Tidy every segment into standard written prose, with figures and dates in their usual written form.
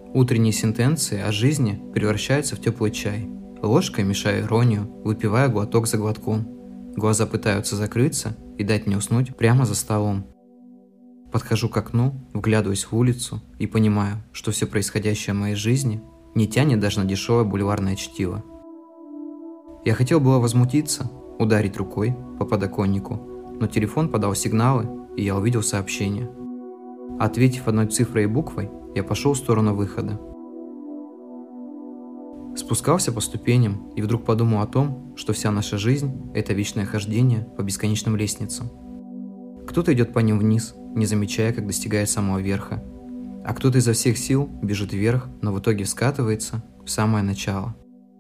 Утренние сентенции о жизни превращаются в теплый чай. Ложкой мешаю иронию, выпивая глоток за глотком. Глаза пытаются закрыться и дать мне уснуть прямо за столом. Подхожу к окну, вглядываюсь в улицу и понимаю, что все происходящее в моей жизни не тянет даже на дешевое бульварное чтиво. Я хотел было возмутиться, ударить рукой по подоконнику, но телефон подал сигналы, и я увидел сообщение. Ответив одной цифрой и буквой, я пошел в сторону выхода. Спускался по ступеням и вдруг подумал о том, что вся наша жизнь – это вечное хождение по бесконечным лестницам. Кто-то идет по ним вниз, не замечая, как достигает самого верха, а кто-то изо всех сил бежит вверх, но в итоге скатывается в самое начало.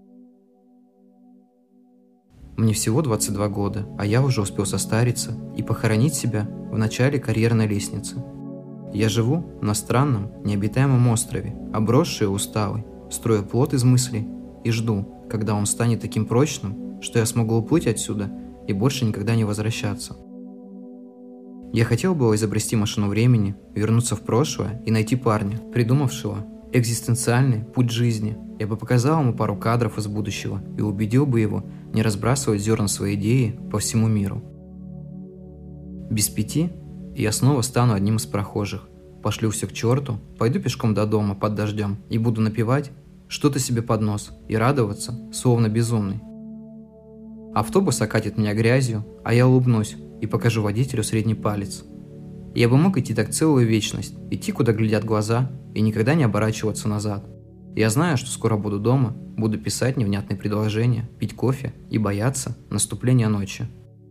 Мне всего 22 года, а я уже успел состариться и похоронить себя в начале карьерной лестницы. Я живу на странном, необитаемом острове, обросший и усталый, строю плот из мыслей и жду, когда он станет таким прочным, что я смогу уплыть отсюда и больше никогда не возвращаться. Я хотел было изобрести машину времени, вернуться в прошлое и найти парня, придумавшего экзистенциальный путь жизни. Я бы показал ему пару кадров из будущего и убедил бы его не разбрасывать зерна своей идеи по всему миру. Без 5 я снова стану одним из прохожих, пошлю все к черту, пойду пешком до дома под дождем и буду напевать что-то себе под нос и радоваться, словно безумный. Автобус окатит меня грязью, а я улыбнусь и покажу водителю средний палец. Я бы мог идти так целую вечность, идти, куда глядят глаза, и никогда не оборачиваться назад. Я знаю, что скоро буду дома, буду писать невнятные предложения, пить кофе и бояться наступления ночи.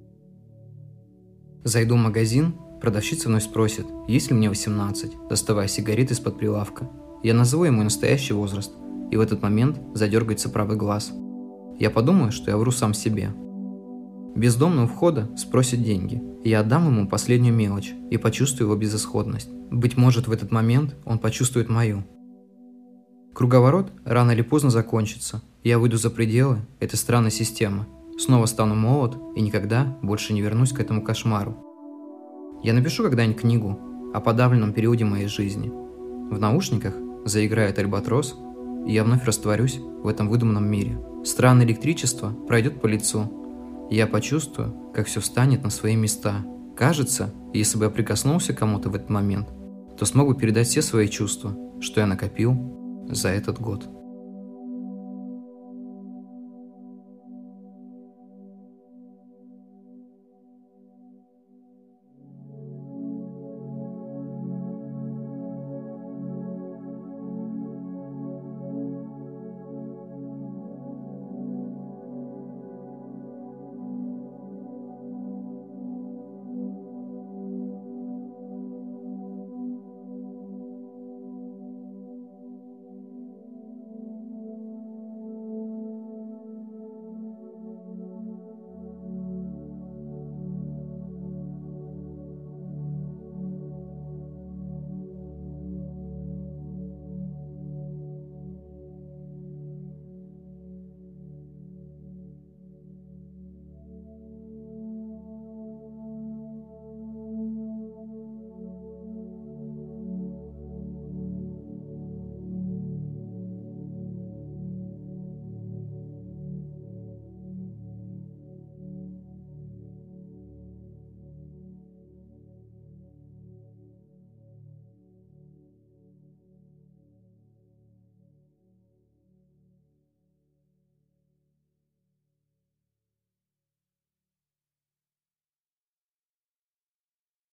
Зайду в магазин, продавщица вновь спросит, есть ли мне 18, доставая сигареты из-под прилавка. Я назову ему настоящий возраст, и в этот момент задергается правый глаз. Я подумаю, что я вру сам себе. Бездомный у входа спросит деньги, и я отдам ему последнюю мелочь и почувствую его безысходность. Быть может, в этот момент он почувствует мою. Круговорот рано или поздно закончится, и я выйду за пределы этой странной системы, снова стану молод и никогда больше не вернусь к этому кошмару. Я напишу когда-нибудь книгу о подавленном периоде моей жизни. В наушниках заиграет альбатрос, и я вновь растворюсь в этом выдуманном мире. Странное электричество пройдет по лицу, и я почувствую, как все встанет на свои места. Кажется, если бы я прикоснулся к кому-то в этот момент, то смог бы передать все свои чувства, что я накопил за этот год.